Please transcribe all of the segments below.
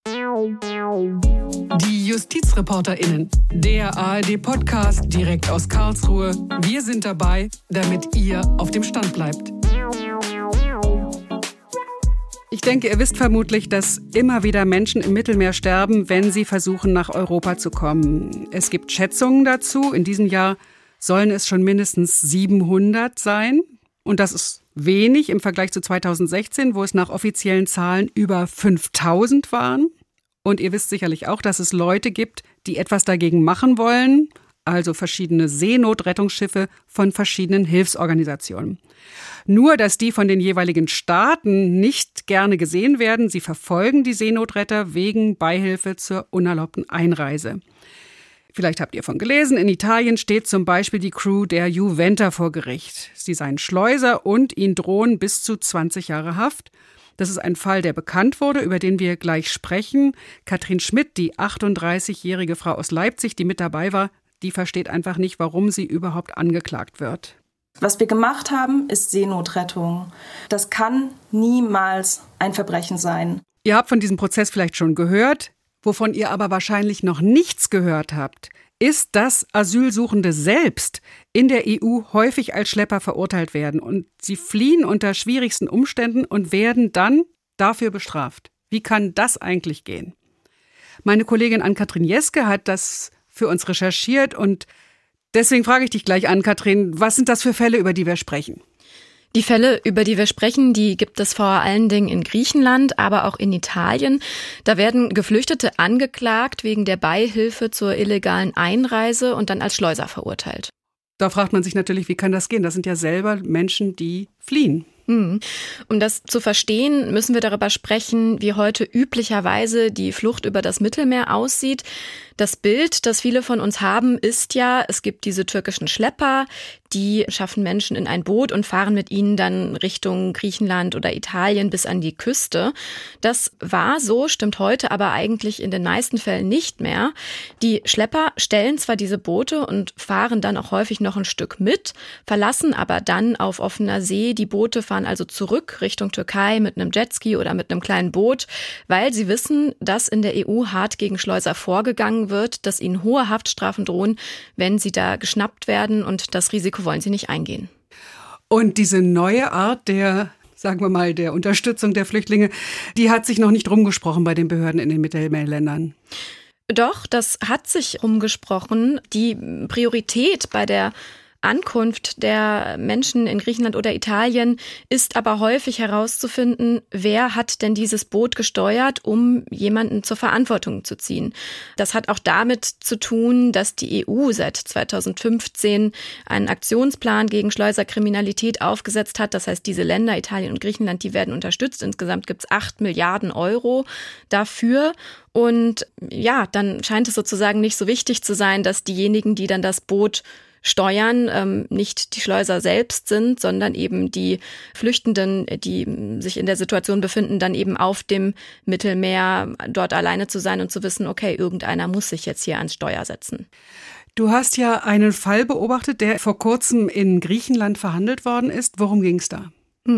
Die JustizreporterInnen, der ARD-Podcast direkt aus Karlsruhe. Wir sind dabei, damit ihr auf dem Stand bleibt. Ich denke, ihr wisst vermutlich, dass immer wieder Menschen im Mittelmeer sterben, wenn sie versuchen, nach Europa zu kommen. Es gibt Schätzungen dazu. In diesem Jahr sollen es schon mindestens 700 sein. Und das ist wenig im Vergleich zu 2016, wo es nach offiziellen Zahlen über 5000 waren. Und ihr wisst sicherlich auch, dass es Leute gibt, die etwas dagegen machen wollen, also verschiedene Seenotrettungsschiffe von verschiedenen Hilfsorganisationen. Nur, dass die von den jeweiligen Staaten nicht gerne gesehen werden. Sie verfolgen die Seenotretter wegen Beihilfe zur unerlaubten Einreise. Vielleicht habt ihr davon gelesen, in Italien steht zum Beispiel die Crew der Juventa vor Gericht. Sie seien Schleuser und ihnen drohen bis zu 20 Jahre Haft. Das ist ein Fall, der bekannt wurde, über den wir gleich sprechen. Katrin Schmidt, die 38-jährige Frau aus Leipzig, die mit dabei war, die versteht einfach nicht, warum sie überhaupt angeklagt wird. Was wir gemacht haben, ist Seenotrettung. Das kann niemals ein Verbrechen sein. Ihr habt von diesem Prozess vielleicht schon gehört. Wovon ihr aber wahrscheinlich noch nichts gehört habt, ist, dass Asylsuchende selbst in der EU häufig als Schlepper verurteilt werden. Und sie fliehen unter schwierigsten Umständen und werden dann dafür bestraft. Wie kann das eigentlich gehen? Meine Kollegin Ann-Kathrin Jeske hat das für uns recherchiert. Und deswegen frage ich dich gleich, Ann-Kathrin, was sind das für Fälle, über die wir sprechen? Die Fälle, über die wir sprechen, die gibt es vor allen Dingen in Griechenland, aber auch in Italien. Da werden Geflüchtete angeklagt wegen der Beihilfe zur illegalen Einreise und dann als Schleuser verurteilt. Da fragt man sich natürlich, wie kann das gehen? Das sind ja selber Menschen, die fliehen. Um das zu verstehen, müssen wir darüber sprechen, wie heute üblicherweise die Flucht über das Mittelmeer aussieht. Das Bild, das viele von uns haben, ist ja, es gibt diese türkischen Schlepper, die schaffen Menschen in ein Boot und fahren mit ihnen dann Richtung Griechenland oder Italien bis an die Küste. Das war so, stimmt heute aber eigentlich in den meisten Fällen nicht mehr. Die Schlepper stellen zwar diese Boote und fahren dann auch häufig noch ein Stück mit, verlassen aber dann auf offener See die Boote, fahren also zurück Richtung Türkei mit einem Jetski oder mit einem kleinen Boot, weil sie wissen, dass in der EU hart gegen Schleuser vorgegangen wird, dass ihnen hohe Haftstrafen drohen, wenn sie da geschnappt werden, und das Risiko wollen sie nicht eingehen. Und diese neue Art der, sagen wir mal, der Unterstützung der Flüchtlinge, die hat sich noch nicht rumgesprochen bei den Behörden in den Mittelmeerländern. Doch, das hat sich rumgesprochen. Die Priorität bei der Ankunft der Menschen in Griechenland oder Italien ist aber häufig herauszufinden, wer hat denn dieses Boot gesteuert, um jemanden zur Verantwortung zu ziehen. Das hat auch damit zu tun, dass die EU seit 2015 einen Aktionsplan gegen Schleuserkriminalität aufgesetzt hat. Das heißt, diese Länder, Italien und Griechenland, die werden unterstützt. Insgesamt gibt es 8 Milliarden Euro dafür. Und ja, dann scheint es sozusagen nicht so wichtig zu sein, dass diejenigen, die dann das Boot steuern, nicht die Schleuser selbst sind, sondern eben die Flüchtenden, die sich in der Situation befinden, dann eben auf dem Mittelmeer dort alleine zu sein und zu wissen, okay, irgendeiner muss sich jetzt hier ans Steuer setzen. Du hast ja einen Fall beobachtet, der vor kurzem in Griechenland verhandelt worden ist. Worum ging es da?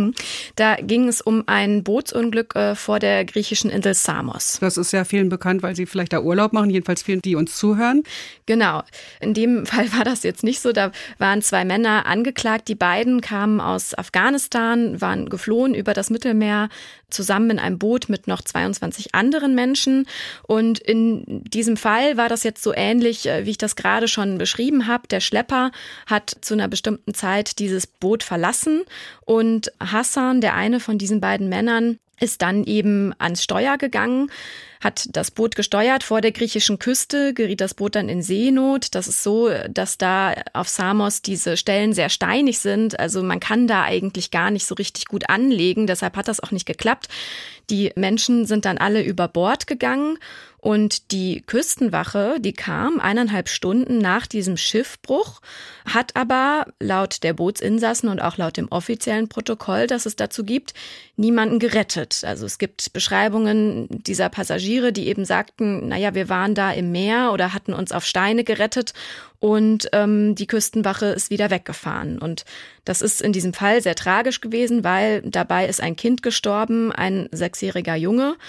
Da ging es um ein Bootsunglück vor der griechischen Insel Samos. Das ist ja vielen bekannt, weil sie vielleicht da Urlaub machen, jedenfalls vielen, die uns zuhören. Genau. In dem Fall war das jetzt nicht so. Da waren 2 Männer angeklagt. Die beiden kamen aus Afghanistan, waren geflohen über das Mittelmeer zusammen in einem Boot mit noch 22 anderen Menschen. Und in diesem Fall war das jetzt so ähnlich, wie ich das gerade schon beschrieben habe. Der Schlepper hat zu einer bestimmten Zeit dieses Boot verlassen und Hassan, der eine von diesen beiden Männern, ist dann eben ans Steuer gegangen, hat das Boot gesteuert. Vor der griechischen Küste geriet das Boot dann in Seenot. Das ist so, dass da auf Samos diese Stellen sehr steinig sind. Also man kann da eigentlich gar nicht so richtig gut anlegen. Deshalb hat das auch nicht geklappt. Die Menschen sind dann alle über Bord gegangen. Und die Küstenwache, die kam 1,5 Stunden nach diesem Schiffbruch, hat aber laut der Bootsinsassen und auch laut dem offiziellen Protokoll, das es dazu gibt, niemanden gerettet. Also es gibt Beschreibungen dieser Passagiere, die eben sagten, naja, wir waren da im Meer oder hatten uns auf Steine gerettet und die Küstenwache ist wieder weggefahren. Und das ist in diesem Fall sehr tragisch gewesen, weil dabei ist ein Kind gestorben, ein 6-jähriger Junge.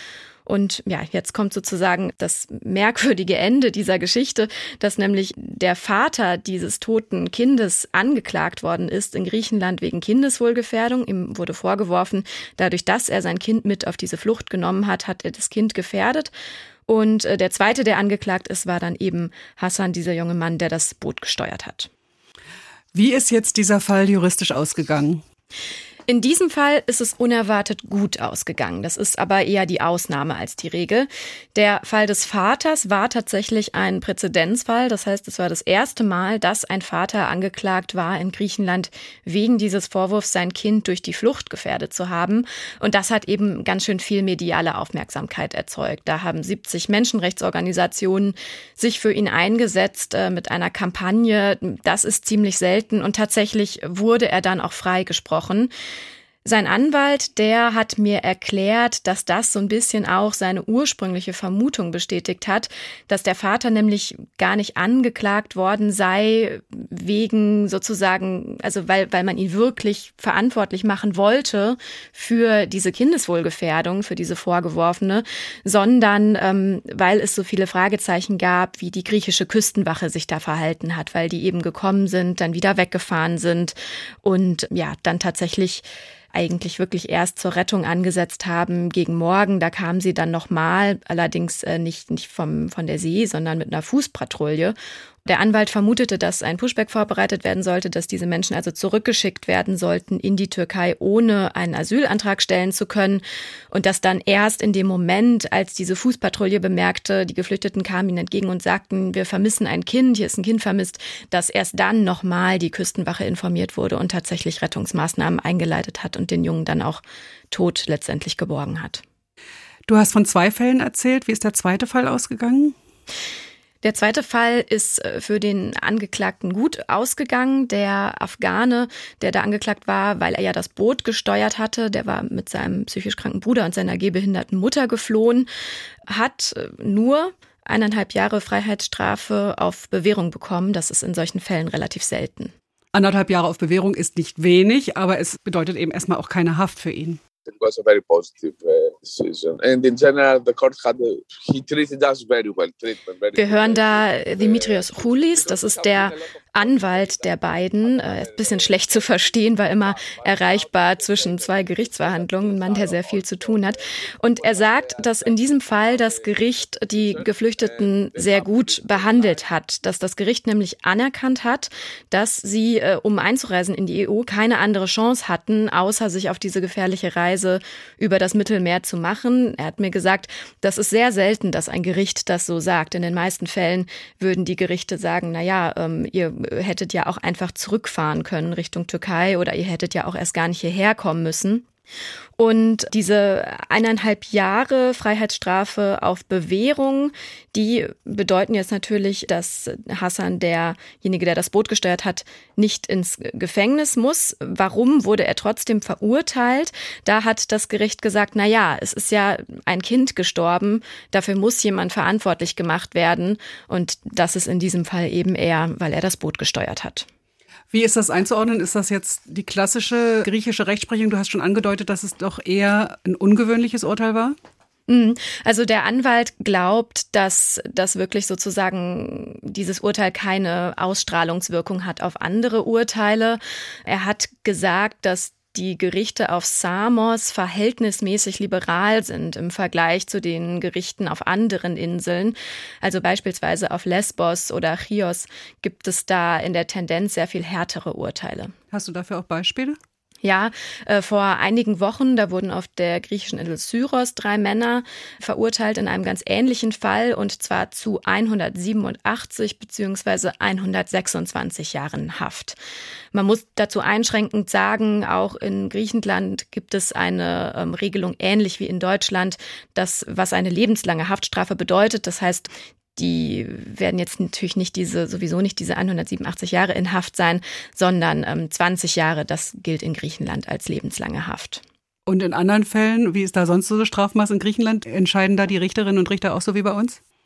Und ja, jetzt kommt sozusagen das merkwürdige Ende dieser Geschichte, dass nämlich der Vater dieses toten Kindes angeklagt worden ist in Griechenland wegen Kindeswohlgefährdung. Ihm wurde vorgeworfen, dadurch, dass er sein Kind mit auf diese Flucht genommen hat, hat er das Kind gefährdet. Und der zweite, der angeklagt ist, war dann eben Hasan, dieser junge Mann, der das Boot gesteuert hat. Wie ist jetzt dieser Fall juristisch ausgegangen? In diesem Fall ist es unerwartet gut ausgegangen. Das ist aber eher die Ausnahme als die Regel. Der Fall des Vaters war tatsächlich ein Präzedenzfall. Das heißt, es war das erste Mal, dass ein Vater angeklagt war in Griechenland wegen dieses Vorwurfs, sein Kind durch die Flucht gefährdet zu haben. Und das hat eben ganz schön viel mediale Aufmerksamkeit erzeugt. Da haben 70 Menschenrechtsorganisationen sich für ihn eingesetzt mit einer Kampagne. Das ist ziemlich selten. Und tatsächlich wurde er dann auch freigesprochen. Sein Anwalt, der hat mir erklärt, dass das so ein bisschen auch seine ursprüngliche Vermutung bestätigt hat, dass der Vater nämlich gar nicht angeklagt worden sei wegen sozusagen, also weil man ihn wirklich verantwortlich machen wollte für diese Kindeswohlgefährdung, für diese vorgeworfene, sondern weil es so viele Fragezeichen gab, wie die griechische Küstenwache sich da verhalten hat, weil die eben gekommen sind, dann wieder weggefahren sind und ja, dann tatsächlich eigentlich wirklich erst zur Rettung angesetzt haben gegen Morgen. Da kamen sie dann nochmal, allerdings nicht von der See, sondern mit einer Fußpatrouille. Der Anwalt vermutete, dass ein Pushback vorbereitet werden sollte, dass diese Menschen also zurückgeschickt werden sollten in die Türkei, ohne einen Asylantrag stellen zu können. Und dass dann erst in dem Moment, als diese Fußpatrouille bemerkte, die Geflüchteten kamen ihnen entgegen und sagten, wir vermissen ein Kind, hier ist ein Kind vermisst, dass erst dann nochmal die Küstenwache informiert wurde und tatsächlich Rettungsmaßnahmen eingeleitet hat und den Jungen dann auch tot letztendlich geborgen hat. Du hast von 2 Fällen erzählt. Wie ist der zweite Fall ausgegangen? Der zweite Fall ist für den Angeklagten gut ausgegangen. Der Afghane, der da angeklagt war, weil er ja das Boot gesteuert hatte, der war mit seinem psychisch kranken Bruder und seiner gehbehinderten Mutter geflohen, hat nur 1,5 Jahre Freiheitsstrafe auf Bewährung bekommen. Das ist in solchen Fällen relativ selten. 1,5 Jahre auf Bewährung ist nicht wenig, aber es bedeutet eben erstmal auch keine Haft für ihn. It was a very positive decision. And in general, the court he treated us very well. Wir hören da Dimitrios Choulis, das ist der Anwalt der beiden. Er ist ein bisschen schlecht zu verstehen, war immer erreichbar zwischen 2 Gerichtsverhandlungen, ein Mann, der sehr viel zu tun hat. Und er sagt, dass in diesem Fall das Gericht die Geflüchteten sehr gut behandelt hat, dass das Gericht nämlich anerkannt hat, dass sie, um einzureisen in die EU, keine andere Chance hatten, außer sich auf diese gefährliche Reise über das Mittelmeer zu machen. Er hat mir gesagt, das ist sehr selten, dass ein Gericht das so sagt. In den meisten Fällen würden die Gerichte sagen, ihr hättet ja auch einfach zurückfahren können Richtung Türkei oder ihr hättet ja auch erst gar nicht hierher kommen müssen. Und diese 1,5 Jahre Freiheitsstrafe auf Bewährung, die bedeuten jetzt natürlich, dass Hasan, derjenige, der das Boot gesteuert hat, nicht ins Gefängnis muss. Warum wurde er trotzdem verurteilt? Da hat das Gericht gesagt, es ist ja ein Kind gestorben, dafür muss jemand verantwortlich gemacht werden. Und das ist in diesem Fall eben er, weil er das Boot gesteuert hat. Wie ist das einzuordnen? Ist das jetzt die klassische griechische Rechtsprechung? Du hast schon angedeutet, dass es doch eher ein ungewöhnliches Urteil war. Also der Anwalt glaubt, dass das wirklich sozusagen dieses Urteil keine Ausstrahlungswirkung hat auf andere Urteile. Er hat gesagt, dass die Gerichte auf Samos verhältnismäßig liberal sind im Vergleich zu den Gerichten auf anderen Inseln. Also beispielsweise auf Lesbos oder Chios gibt es da in der Tendenz sehr viel härtere Urteile. Hast du dafür auch Beispiele? Ja, vor einigen Wochen, da wurden auf der griechischen Insel Syros 3 Männer verurteilt in einem ganz ähnlichen Fall und zwar zu 187 bzw. 126 Jahren Haft. Man muss dazu einschränkend sagen, auch in Griechenland gibt es eine Regelung ähnlich wie in Deutschland, was eine lebenslange Haftstrafe bedeutet. Das heißt, die werden jetzt natürlich sowieso nicht diese 187 Jahre in Haft sein, sondern 20 Jahre, das gilt in Griechenland als lebenslange Haft. Und in anderen Fällen, wie ist da sonst so das Strafmaß in Griechenland? Entscheiden da die Richterinnen und Richter auch so wie bei uns?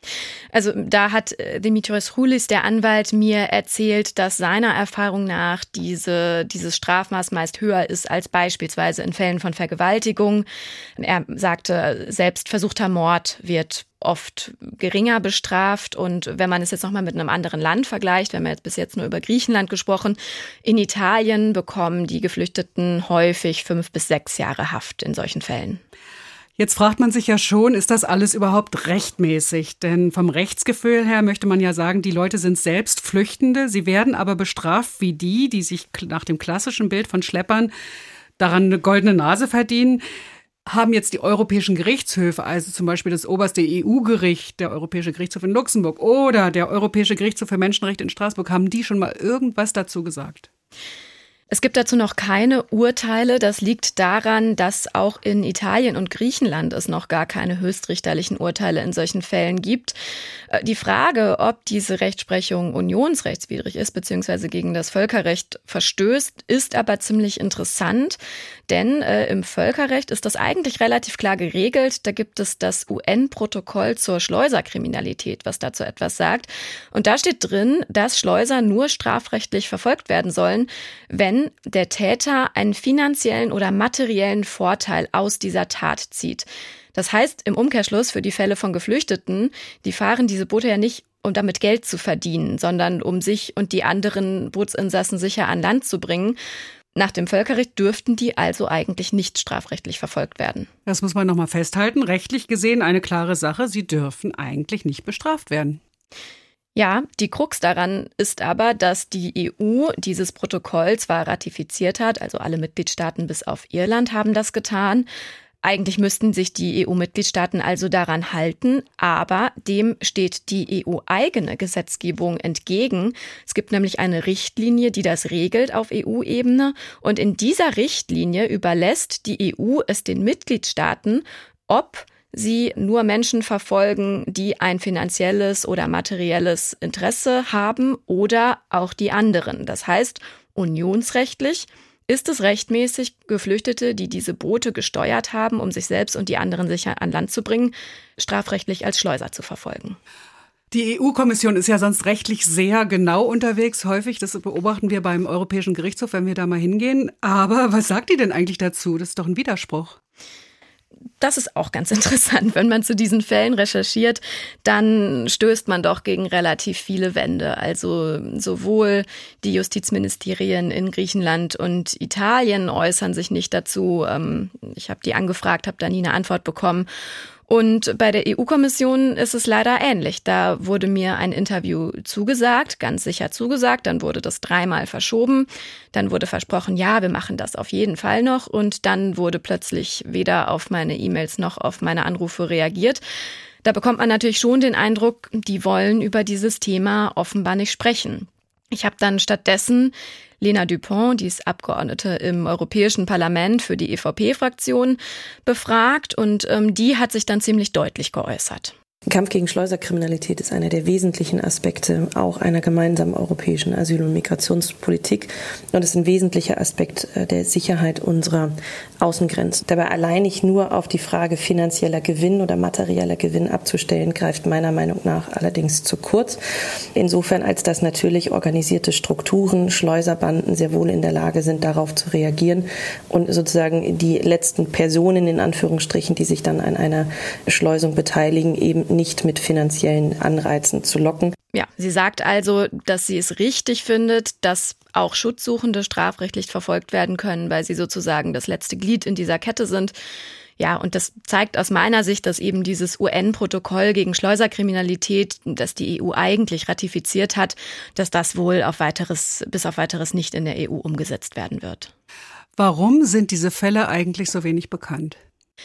Also da hat Dimitris Choulis, der Anwalt, mir erzählt, dass seiner Erfahrung nach dieses Strafmaß meist höher ist als beispielsweise in Fällen von Vergewaltigung. Er sagte, selbst versuchter Mord wird oft geringer bestraft. Und wenn man es jetzt nochmal mit einem anderen Land vergleicht, wir haben jetzt bis jetzt nur über Griechenland gesprochen, in Italien bekommen die Geflüchteten häufig 5 bis 6 Jahre Haft in solchen Fällen. Jetzt fragt man sich ja schon, ist das alles überhaupt rechtmäßig? Denn vom Rechtsgefühl her möchte man ja sagen, die Leute sind selbst Flüchtende. Sie werden aber bestraft wie die sich nach dem klassischen Bild von Schleppern daran eine goldene Nase verdienen. Haben jetzt die europäischen Gerichtshöfe, also zum Beispiel das oberste EU-Gericht, der Europäische Gerichtshof in Luxemburg oder der Europäische Gerichtshof für Menschenrechte in Straßburg, haben die schon mal irgendwas dazu gesagt? Es gibt dazu noch keine Urteile. Das liegt daran, dass auch in Italien und Griechenland es noch gar keine höchstrichterlichen Urteile in solchen Fällen gibt. Die Frage, ob diese Rechtsprechung unionsrechtswidrig ist bzw. gegen das Völkerrecht verstößt, ist aber ziemlich interessant. Denn im Völkerrecht ist das eigentlich relativ klar geregelt. Da gibt es das UN-Protokoll zur Schleuserkriminalität, was dazu etwas sagt. Und da steht drin, dass Schleuser nur strafrechtlich verfolgt werden sollen, wenn der Täter einen finanziellen oder materiellen Vorteil aus dieser Tat zieht. Das heißt im Umkehrschluss für die Fälle von Geflüchteten, die fahren diese Boote ja nicht, um damit Geld zu verdienen, sondern um sich und die anderen Bootsinsassen sicher an Land zu bringen. Nach dem Völkerrecht dürften die also eigentlich nicht strafrechtlich verfolgt werden. Das muss man nochmal festhalten. Rechtlich gesehen eine klare Sache, sie dürfen eigentlich nicht bestraft werden. Ja, die Krux daran ist aber, dass die EU dieses Protokoll zwar ratifiziert hat, also alle Mitgliedstaaten bis auf Irland haben das getan. Eigentlich müssten sich die EU-Mitgliedstaaten also daran halten, aber dem steht die EU-eigene Gesetzgebung entgegen. Es gibt nämlich eine Richtlinie, die das regelt auf EU-Ebene, und in dieser Richtlinie überlässt die EU es den Mitgliedstaaten, ob sie nur Menschen verfolgen, die ein finanzielles oder materielles Interesse haben oder auch die anderen. Das heißt, unionsrechtlich ist es rechtmäßig, Geflüchtete, die diese Boote gesteuert haben, um sich selbst und die anderen sicher an Land zu bringen, strafrechtlich als Schleuser zu verfolgen. Die EU-Kommission ist ja sonst rechtlich sehr genau unterwegs, häufig. Das beobachten wir beim Europäischen Gerichtshof, wenn wir da mal hingehen. Aber was sagt die denn eigentlich dazu? Das ist doch ein Widerspruch. Das ist auch ganz interessant. Wenn man zu diesen Fällen recherchiert, dann stößt man doch gegen relativ viele Wände. Also sowohl die Justizministerien in Griechenland und Italien äußern sich nicht dazu. Ich habe die angefragt, habe da nie eine Antwort bekommen. Und bei der EU-Kommission ist es leider ähnlich. Da wurde mir ein Interview zugesagt, ganz sicher zugesagt. Dann wurde das 3-mal verschoben. Dann wurde versprochen, ja, wir machen das auf jeden Fall noch. Und dann wurde plötzlich weder auf meine E-Mails noch auf meine Anrufe reagiert. Da bekommt man natürlich schon den Eindruck, die wollen über dieses Thema offenbar nicht sprechen. Ich habe dann stattdessen Lena Dupont, die ist Abgeordnete im Europäischen Parlament für die EVP-Fraktion, befragt, und die hat sich dann ziemlich deutlich geäußert. Kampf gegen Schleuserkriminalität ist einer der wesentlichen Aspekte auch einer gemeinsamen europäischen Asyl- und Migrationspolitik und ist ein wesentlicher Aspekt der Sicherheit unserer Außengrenzen. Dabei alleinig nur auf die Frage finanzieller Gewinn oder materieller Gewinn abzustellen, greift meiner Meinung nach allerdings zu kurz. Insofern, als dass natürlich organisierte Strukturen, Schleuserbanden sehr wohl in der Lage sind, darauf zu reagieren und sozusagen die letzten Personen in Anführungsstrichen, die sich dann an einer Schleusung beteiligen, eben nicht mit finanziellen Anreizen zu locken. Ja, sie sagt also, dass sie es richtig findet, dass auch Schutzsuchende strafrechtlich verfolgt werden können, weil sie sozusagen das letzte Glied in dieser Kette sind. Ja, und das zeigt aus meiner Sicht, dass eben dieses UN-Protokoll gegen Schleuserkriminalität, das die EU eigentlich ratifiziert hat, dass das wohl bis auf weiteres nicht in der EU umgesetzt werden wird. Warum sind diese Fälle eigentlich so wenig bekannt?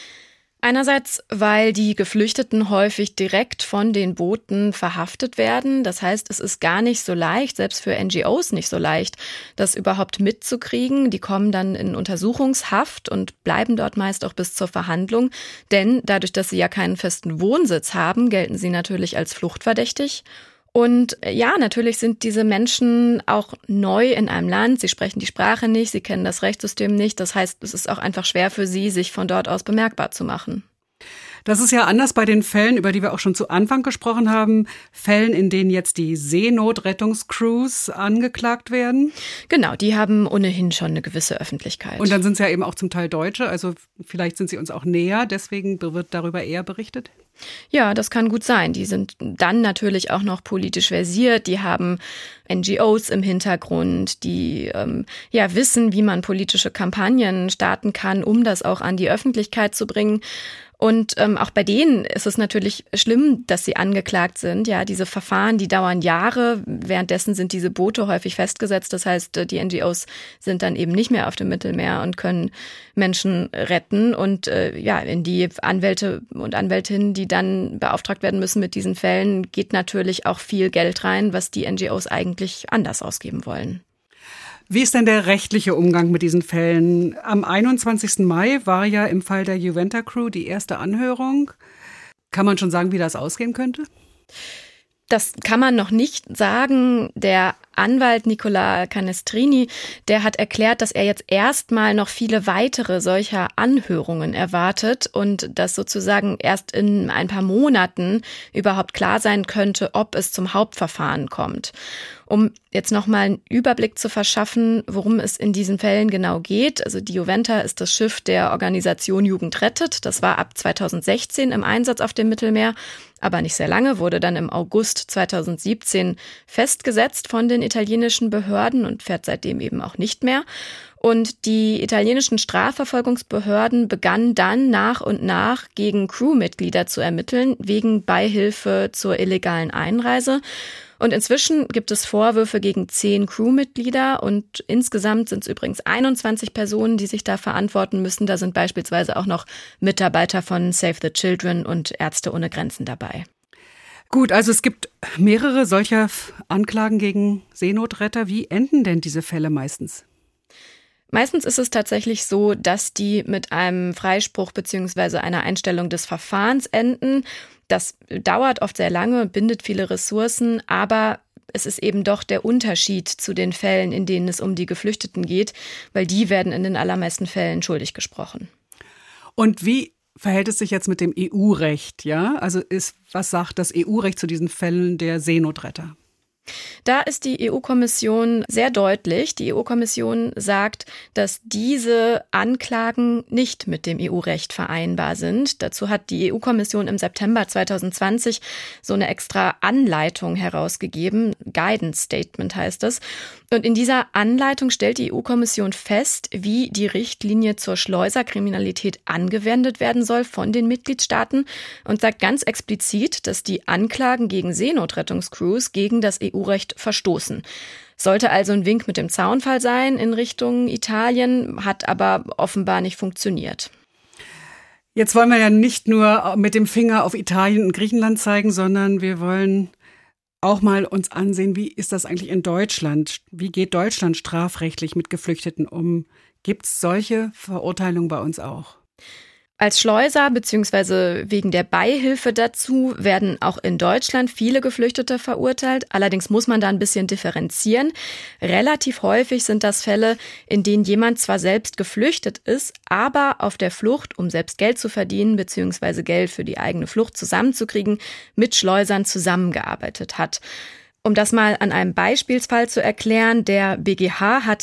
Einerseits, weil die Geflüchteten häufig direkt von den Booten verhaftet werden. Das heißt, es ist gar nicht so leicht, selbst für NGOs nicht so leicht, das überhaupt mitzukriegen. Die kommen dann in Untersuchungshaft und bleiben dort meist auch bis zur Verhandlung. Denn dadurch, dass sie ja keinen festen Wohnsitz haben, gelten sie natürlich als fluchtverdächtig. Und ja, natürlich sind diese Menschen auch neu in einem Land. Sie sprechen die Sprache nicht, sie kennen das Rechtssystem nicht. Das heißt, es ist auch einfach schwer für sie, sich von dort aus bemerkbar zu machen. Das ist ja anders bei den Fällen, über die wir auch schon zu Anfang gesprochen haben, Fällen, in denen jetzt die Seenotrettungscrews angeklagt werden. Genau, die haben ohnehin schon eine gewisse Öffentlichkeit. Und dann sind es ja eben auch zum Teil Deutsche, also vielleicht sind sie uns auch näher, deswegen wird darüber eher berichtet. Ja, das kann gut sein. Die sind dann natürlich auch noch politisch versiert. Die haben NGOs im Hintergrund, die wissen, wie man politische Kampagnen starten kann, um das auch an die Öffentlichkeit zu bringen. Und auch bei denen ist es natürlich schlimm, dass sie angeklagt sind. Ja, diese Verfahren, die dauern Jahre. Währenddessen sind diese Boote häufig festgesetzt. Das heißt, die NGOs sind dann eben nicht mehr auf dem Mittelmeer und können Menschen retten. Und in die Anwälte und Anwältinnen, die dann beauftragt werden müssen mit diesen Fällen, geht natürlich auch viel Geld rein, was die NGOs eigentlich anders ausgeben wollen. Wie ist denn der rechtliche Umgang mit diesen Fällen? Am 21. Mai war ja im Fall der Juventa Crew die erste Anhörung. Kann man schon sagen, wie das ausgehen könnte? Das kann man noch nicht sagen. Der Anwalt Nicola Canestrini, der hat erklärt, dass er jetzt erstmal noch viele weitere solcher Anhörungen erwartet und dass sozusagen erst in ein paar Monaten überhaupt klar sein könnte, ob es zum Hauptverfahren kommt. Um jetzt nochmal einen Überblick zu verschaffen, worum es in diesen Fällen genau geht. Also die Juventa ist das Schiff der Organisation Jugend rettet. Das war ab 2016 im Einsatz auf dem Mittelmeer, aber nicht sehr lange, wurde dann im August 2017 festgesetzt von den italienischen Behörden und fährt seitdem eben auch nicht mehr. Und die italienischen Strafverfolgungsbehörden begannen dann nach und nach gegen Crewmitglieder zu ermitteln, wegen Beihilfe zur illegalen Einreise. Und inzwischen gibt es Vorwürfe gegen 10 Crewmitglieder und insgesamt sind es übrigens 21 Personen, die sich da verantworten müssen. Da sind beispielsweise auch noch Mitarbeiter von Save the Children und Ärzte ohne Grenzen dabei. Gut, also es gibt mehrere solcher Anklagen gegen Seenotretter. Wie enden denn diese Fälle meistens? Meistens ist es tatsächlich so, dass die mit einem Freispruch bzw. einer Einstellung des Verfahrens enden. Das dauert oft sehr lange, bindet viele Ressourcen, aber es ist eben doch der Unterschied zu den Fällen, in denen es um die Geflüchteten geht, weil die werden in den allermeisten Fällen schuldig gesprochen. Und wie verhält es sich jetzt mit dem EU-Recht? Ja? Also was sagt das EU-Recht zu diesen Fällen der Seenotretter? Da ist die EU-Kommission sehr deutlich. Die EU-Kommission sagt, dass diese Anklagen nicht mit dem EU-Recht vereinbar sind. Dazu hat die EU-Kommission im September 2020 so eine extra Anleitung herausgegeben. Guidance Statement heißt es. Und in dieser Anleitung stellt die EU-Kommission fest, wie die Richtlinie zur Schleuserkriminalität angewendet werden soll von den Mitgliedstaaten und sagt ganz explizit, dass die Anklagen gegen Seenotrettungscrews gegen das EU-Recht verstoßen. Sollte also ein Wink mit dem Zaunfall sein in Richtung Italien, hat aber offenbar nicht funktioniert. Jetzt wollen wir ja nicht nur mit dem Finger auf Italien und Griechenland zeigen, sondern wir wollen auch mal uns ansehen, wie ist das eigentlich in Deutschland? Wie geht Deutschland strafrechtlich mit Geflüchteten um? Gibt es solche Verurteilungen bei uns auch? Als Schleuser bzw. wegen der Beihilfe dazu werden auch in Deutschland viele Geflüchtete verurteilt. Allerdings muss man da ein bisschen differenzieren. Relativ häufig sind das Fälle, in denen jemand zwar selbst geflüchtet ist, aber auf der Flucht, um selbst Geld zu verdienen bzw. Geld für die eigene Flucht zusammenzukriegen, mit Schleusern zusammengearbeitet hat. Um das mal an einem Beispielsfall zu erklären, der BGH hat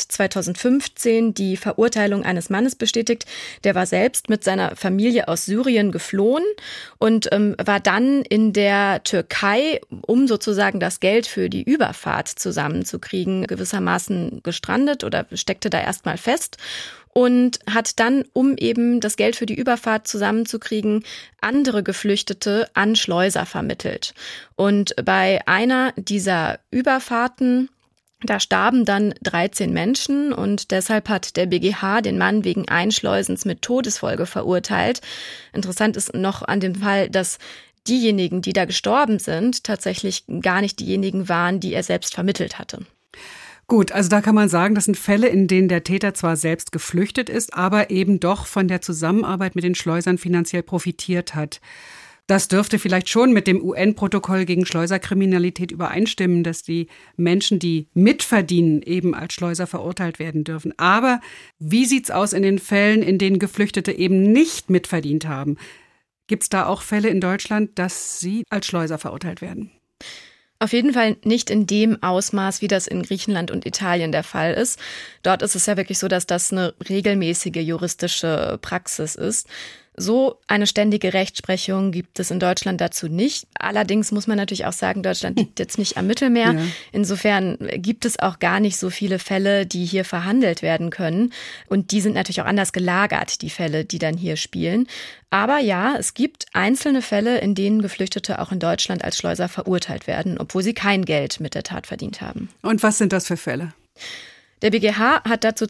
2015 die Verurteilung eines Mannes bestätigt. Der war selbst mit seiner Familie aus Syrien geflohen und war dann in der Türkei, um sozusagen das Geld für die Überfahrt zusammenzukriegen, gewissermaßen gestrandet oder steckte da erstmal fest. Und hat dann, um eben das Geld für die Überfahrt zusammenzukriegen, andere Geflüchtete an Schleuser vermittelt. Und bei einer dieser Überfahrten, da starben dann 13 Menschen und deshalb hat der BGH den Mann wegen Einschleusens mit Todesfolge verurteilt. Interessant ist noch an dem Fall, dass diejenigen, die da gestorben sind, tatsächlich gar nicht diejenigen waren, die er selbst vermittelt hatte. Gut, also da kann man sagen, das sind Fälle, in denen der Täter zwar selbst geflüchtet ist, aber eben doch von der Zusammenarbeit mit den Schleusern finanziell profitiert hat. Das dürfte vielleicht schon mit dem UN-Protokoll gegen Schleuserkriminalität übereinstimmen, dass die Menschen, die mitverdienen, eben als Schleuser verurteilt werden dürfen. Aber wie sieht's aus in den Fällen, in denen Geflüchtete eben nicht mitverdient haben? Gibt es da auch Fälle in Deutschland, dass Sie als Schleuser verurteilt werden? Auf jeden Fall nicht in dem Ausmaß, wie das in Griechenland und Italien der Fall ist. Dort ist es ja wirklich so, dass das eine regelmäßige juristische Praxis ist. So eine ständige Rechtsprechung gibt es in Deutschland dazu nicht. Allerdings muss man natürlich auch sagen, Deutschland liegt jetzt nicht am Mittelmeer. Ja. Insofern gibt es auch gar nicht so viele Fälle, die hier verhandelt werden können. Und die sind natürlich auch anders gelagert, die Fälle, die dann hier spielen. Aber ja, es gibt einzelne Fälle, in denen Geflüchtete auch in Deutschland als Schleuser verurteilt werden, obwohl sie kein Geld mit der Tat verdient haben. Und was sind das für Fälle? Der BGH hat dazu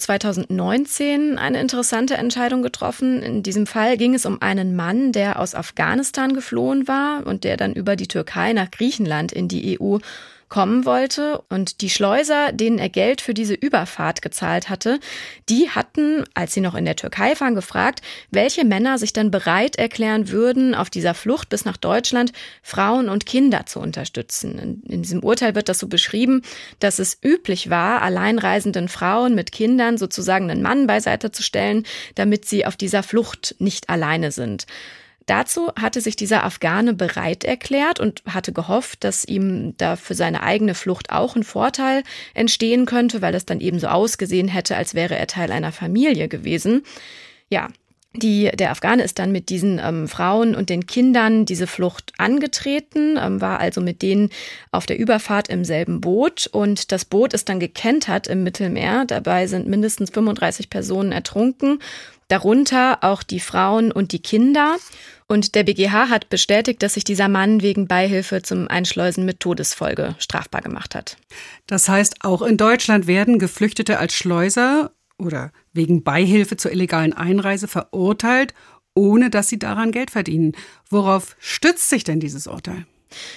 2019 eine interessante Entscheidung getroffen. In diesem Fall ging es um einen Mann, der aus Afghanistan geflohen war und der dann über die Türkei nach Griechenland in die EU kommen wollte. Und die Schleuser, denen er Geld für diese Überfahrt gezahlt hatte, die hatten, als sie noch in der Türkei waren, gefragt, welche Männer sich dann bereit erklären würden, auf dieser Flucht bis nach Deutschland Frauen und Kinder zu unterstützen. In diesem Urteil wird das so beschrieben, dass es üblich war, alleinreisenden Frauen mit Kindern sozusagen einen Mann beiseite zu stellen, damit sie auf dieser Flucht nicht alleine sind. Dazu hatte sich dieser Afghane bereit erklärt und hatte gehofft, dass ihm da für seine eigene Flucht auch ein Vorteil entstehen könnte, weil es dann eben so ausgesehen hätte, als wäre er Teil einer Familie gewesen. Ja, der Afghane ist dann mit diesen Frauen und den Kindern diese Flucht angetreten, war also mit denen auf der Überfahrt im selben Boot und das Boot ist dann gekentert im Mittelmeer. Dabei sind mindestens 35 Personen ertrunken, darunter auch die Frauen und die Kinder. Und der BGH hat bestätigt, dass sich dieser Mann wegen Beihilfe zum Einschleusen mit Todesfolge strafbar gemacht hat. Das heißt, auch in Deutschland werden Geflüchtete als Schleuser oder wegen Beihilfe zur illegalen Einreise verurteilt, ohne dass sie daran Geld verdienen. Worauf stützt sich denn dieses Urteil?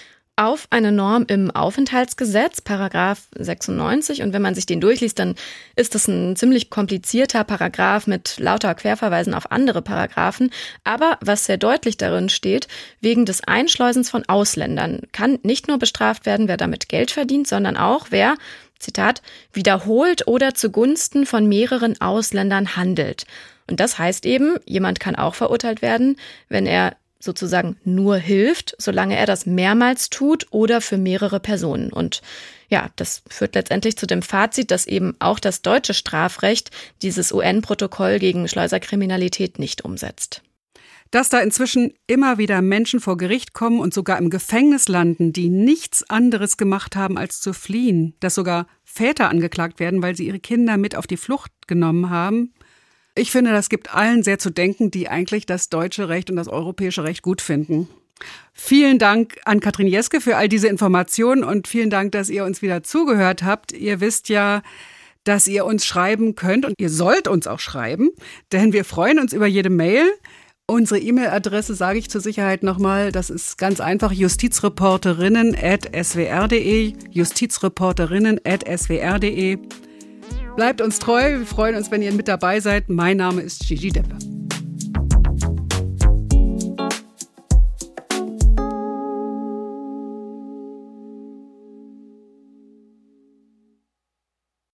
Auf eine Norm im Aufenthaltsgesetz, Paragraph 96. Und wenn man sich den durchliest, dann ist das ein ziemlich komplizierter Paragraph mit lauter Querverweisen auf andere Paragraphen. Aber was sehr deutlich darin steht, wegen des Einschleusens von Ausländern kann nicht nur bestraft werden, wer damit Geld verdient, sondern auch wer, Zitat, wiederholt oder zugunsten von mehreren Ausländern handelt. Und das heißt eben, jemand kann auch verurteilt werden, wenn er sozusagen nur hilft, solange er das mehrmals tut oder für mehrere Personen. Und ja, das führt letztendlich zu dem Fazit, dass eben auch das deutsche Strafrecht dieses UN-Protokoll gegen Schleuserkriminalität nicht umsetzt. Dass da inzwischen immer wieder Menschen vor Gericht kommen und sogar im Gefängnis landen, die nichts anderes gemacht haben, als zu fliehen, dass sogar Väter angeklagt werden, weil sie ihre Kinder mit auf die Flucht genommen haben. Ich finde, das gibt allen sehr zu denken, die eigentlich das deutsche Recht und das europäische Recht gut finden. Vielen Dank an Katrin Jeske für all diese Informationen und vielen Dank, dass ihr uns wieder zugehört habt. Ihr wisst ja, dass ihr uns schreiben könnt und ihr sollt uns auch schreiben, denn wir freuen uns über jede Mail. Unsere E-Mail-Adresse sage ich zur Sicherheit nochmal, das ist ganz einfach, justizreporterinnen@swr.de, justizreporterinnen@swr.de. Bleibt uns treu, wir freuen uns, wenn ihr mit dabei seid. Mein Name ist Gigi Deppe.